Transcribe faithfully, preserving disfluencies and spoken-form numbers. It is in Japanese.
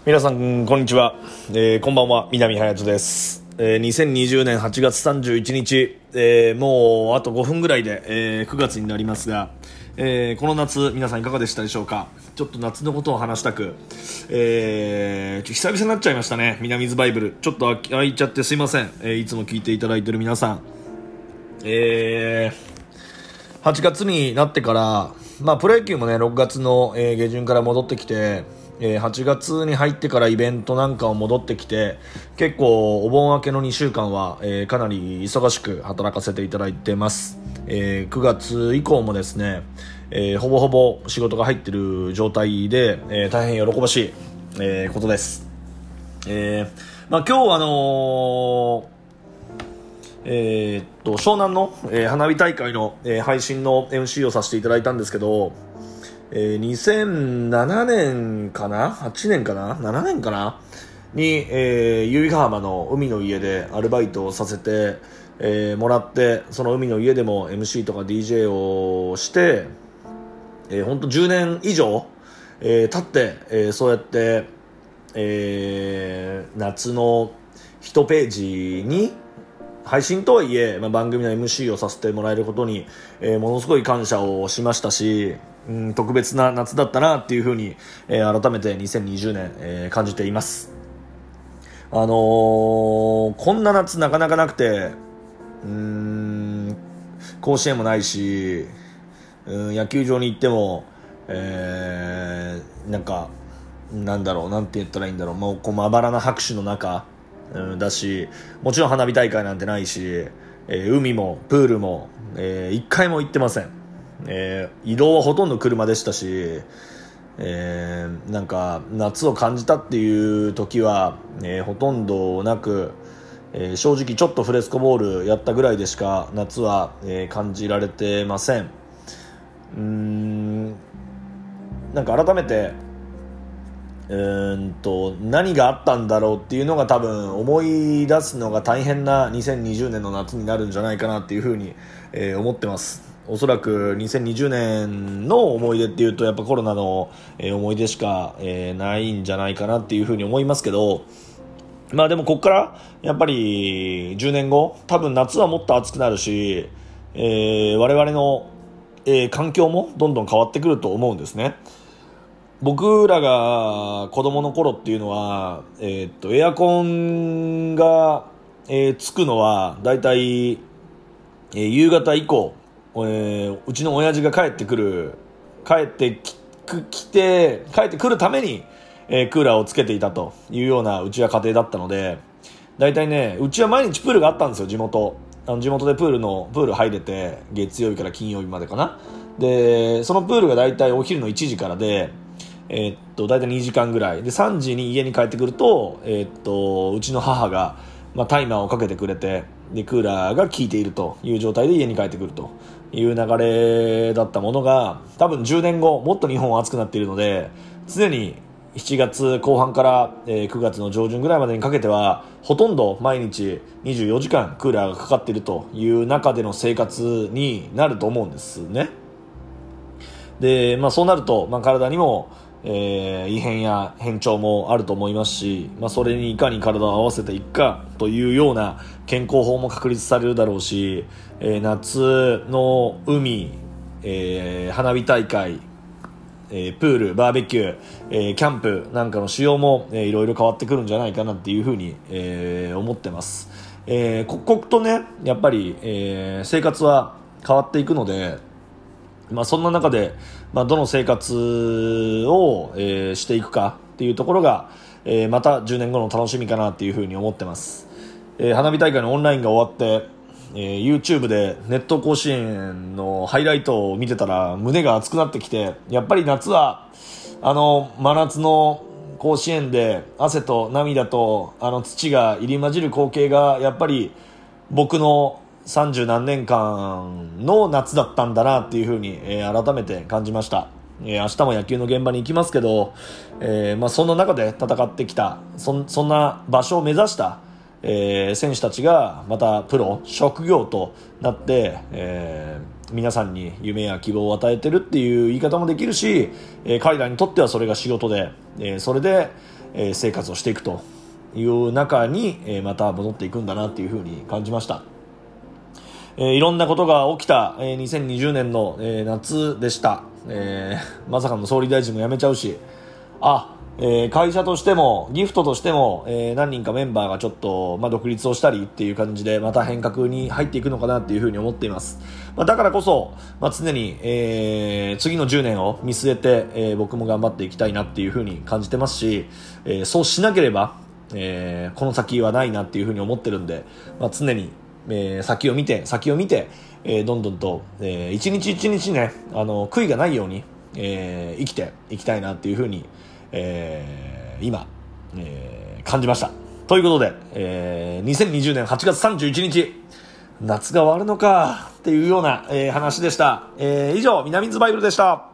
皆さんこんにちは、えー、こんばんは。南隼人です、えー、にせんにじゅうねんはちがつさんじゅういちにち、えー、もうあとごふんぐらいで、えー、くがつになりますが、えー、この夏皆さんいかがでしたでしょうか。ちょっと夏のことを話したく、えー、久々になっちゃいましたね。南ズバイブルちょっと空いちゃってすいません、えー、いつも聞いていただいている皆さん、えー、はちがつになってから、まあ、プロ野球もねろくがつの、えー、下旬から戻ってきて、えー、はちがつに入ってからイベントなんかも戻ってきて、結構お盆明けのにしゅうかんは、えー、かなり忙しく働かせていただいてます、えー、くがつ以降もですね、えー、ほぼほぼ仕事が入っている状態で、えー、大変喜ばしい、えー、ことです、えーまあ、今日あのーえー、っと湘南の、えー、花火大会の、えー、配信の エムシー をさせていただいたんですけど、えー、にせんななねんかなはちねんかなななねんかなに、えー、由比ヶ浜の海の家でアルバイトをさせて、えー、もらって、その海の家でも エムシー とか ディージェー をして、えー、ほんとじゅうねん以上、えー、経って、えー、そうやって、えー、夏のいちページに配信とはいえ、まあ、番組の エムシー をさせてもらえることに、えー、ものすごい感謝をしましたし、うん、特別な夏だったなっていうふうに、えー、改めてにせんにじゅうねん、えー、感じています。あのー、こんな夏なかなかなくて、うーん甲子園もないし、うん野球場に行っても、えー、なんかなんだろうなんて言ったらいいんだろう、もうこうまばらな拍手の中、うん、だし、もちろん花火大会なんてないし、えー、海もプールも、えー、一回も行ってません、えー、移動はほとんど車でしたし、えー、なんか夏を感じたっていう時は、えー、ほとんどなく、えー、正直ちょっとフレスコボールやったぐらいでしか夏は、えー、感じられてません。うーんなんか改めてうーんと何があったんだろうっていうのが多分思い出すのが大変なにせんにじゅうねんの夏になるんじゃないかなっていうふうに、えー、思ってます。おそらくにせんにじゅうねんの思い出っていうとやっぱコロナの、えー、思い出しか、えー、ないんじゃないかなっていうふうに思いますけど、まあでもこっからやっぱりじゅうねんご多分夏はもっと暑くなるし、えー、我々の、えー、環境もどんどん変わってくると思うんですね。僕らが子供の頃っていうのは、えー、っとエアコンが、えー、つくのはだいたい、えー、夕方以降、えー、うちの親父が帰ってくる帰ってき来て帰ってくるために、えー、クーラーをつけていたというようなうちは家庭だったので、だいたいねうちは毎日プールがあったんですよ。地元あの地元でプールのプール入れて、月曜日から金曜日までかな。でそのプールがだいたいお昼のいちじからで、えー、っとだいたいにじかんぐらいでさんじに家に帰ってくると、えー、っとうちの母が、まあ、タイマーをかけてくれて、でクーラーが効いているという状態で家に帰ってくるという流れだったものが、多分じゅうねんごもっと日本は暑くなっているので、常にしちがつこう半から、えー、くがつの上旬ぐらいまでにかけてはほとんど毎日にじゅうよじかんクーラーがかかっているという中での生活になると思うんですね。で、まあ、そうなると、まあ、体にもえー、異変や変調もあると思いますし、まあ、それにいかに体を合わせていくかというような健康法も確立されるだろうし、えー、夏の海、えー、花火大会、えー、プール、バーベキュー、えー、キャンプなんかの仕様も、えー、いろいろ変わってくるんじゃないかなっていうふうに、えー、思ってます。えー、刻々とねやっぱり、えー、生活は変わっていくので、まあ、そんな中で、まあ、どの生活を、えー、していくかっていうところが、えー、またじゅうねんごの楽しみかなっていうふうに思ってます。えー、花火大会のオンラインが終わって、えー、YouTube でネット甲子園のハイライトを見てたら胸が熱くなってきて、やっぱり夏はあの真夏の甲子園で汗と涙とあの土が入り混じる光景がやっぱり僕のさんじゅうなんねんかんの夏だったんだなっていうふうに、えー、改めて感じました。えー、明日も野球の現場に行きますけど、えーまあ、その中で戦ってきた そ, そんな場所を目指した、えー、選手たちがまたプロ職業となって、えー、皆さんに夢や希望を与えてるっていう言い方もできるし、えー、彼らにとってはそれが仕事で、えー、それで、 えー、生活をしていくという中に、えー、また戻っていくんだなっていうふうに感じました。えー、いろんなことが起きた、えー、にせんにじゅうねんの、えー、夏でした。えー、まさかの総理大臣も辞めちゃうし、あ、えー、会社としてもギフトとしても、えー、何人かメンバーがちょっと、まあ、独立をしたりっていう感じでまた変革に入っていくのかなっていうふうに思っています。まあ、だからこそ、まあ、常に、えー、次のじゅうねんを見据えて、えー、僕も頑張っていきたいなっていうふうに感じてますし、えー、そうしなければ、えー、この先はないなっていうふうに思ってるんで、まあ、常に、えー、先を見て先を見て、えー、どんどんと、えー、一日一日ね、あの悔いがないように、えー、生きていきたいなっていうふうに、えー、今、えー、感じました。ということで、えー、にせんにじゅうねんはちがつさんじゅういちにち、夏が終わるのかっていうような、えー、話でした。えー、以上、南ズバイブルでした。